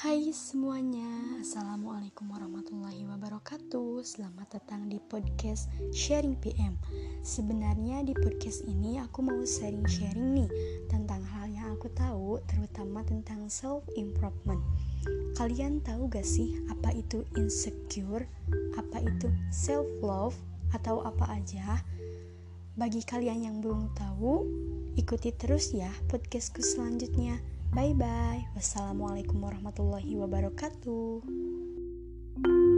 Hai semuanya, Assalamualaikum warahmatullahi wabarakatuh. Selamat datang di podcast Sharing PM. Sebenarnya di podcast ini aku mau sharing nih tentang hal yang aku tahu, terutama tentang self-improvement. Kalian tahu gak sih apa itu insecure, apa itu self-love, atau apa aja? Bagi kalian yang belum tahu, ikuti terus ya podcastku selanjutnya. Bye-bye. Wassalamualaikum warahmatullahi wabarakatuh.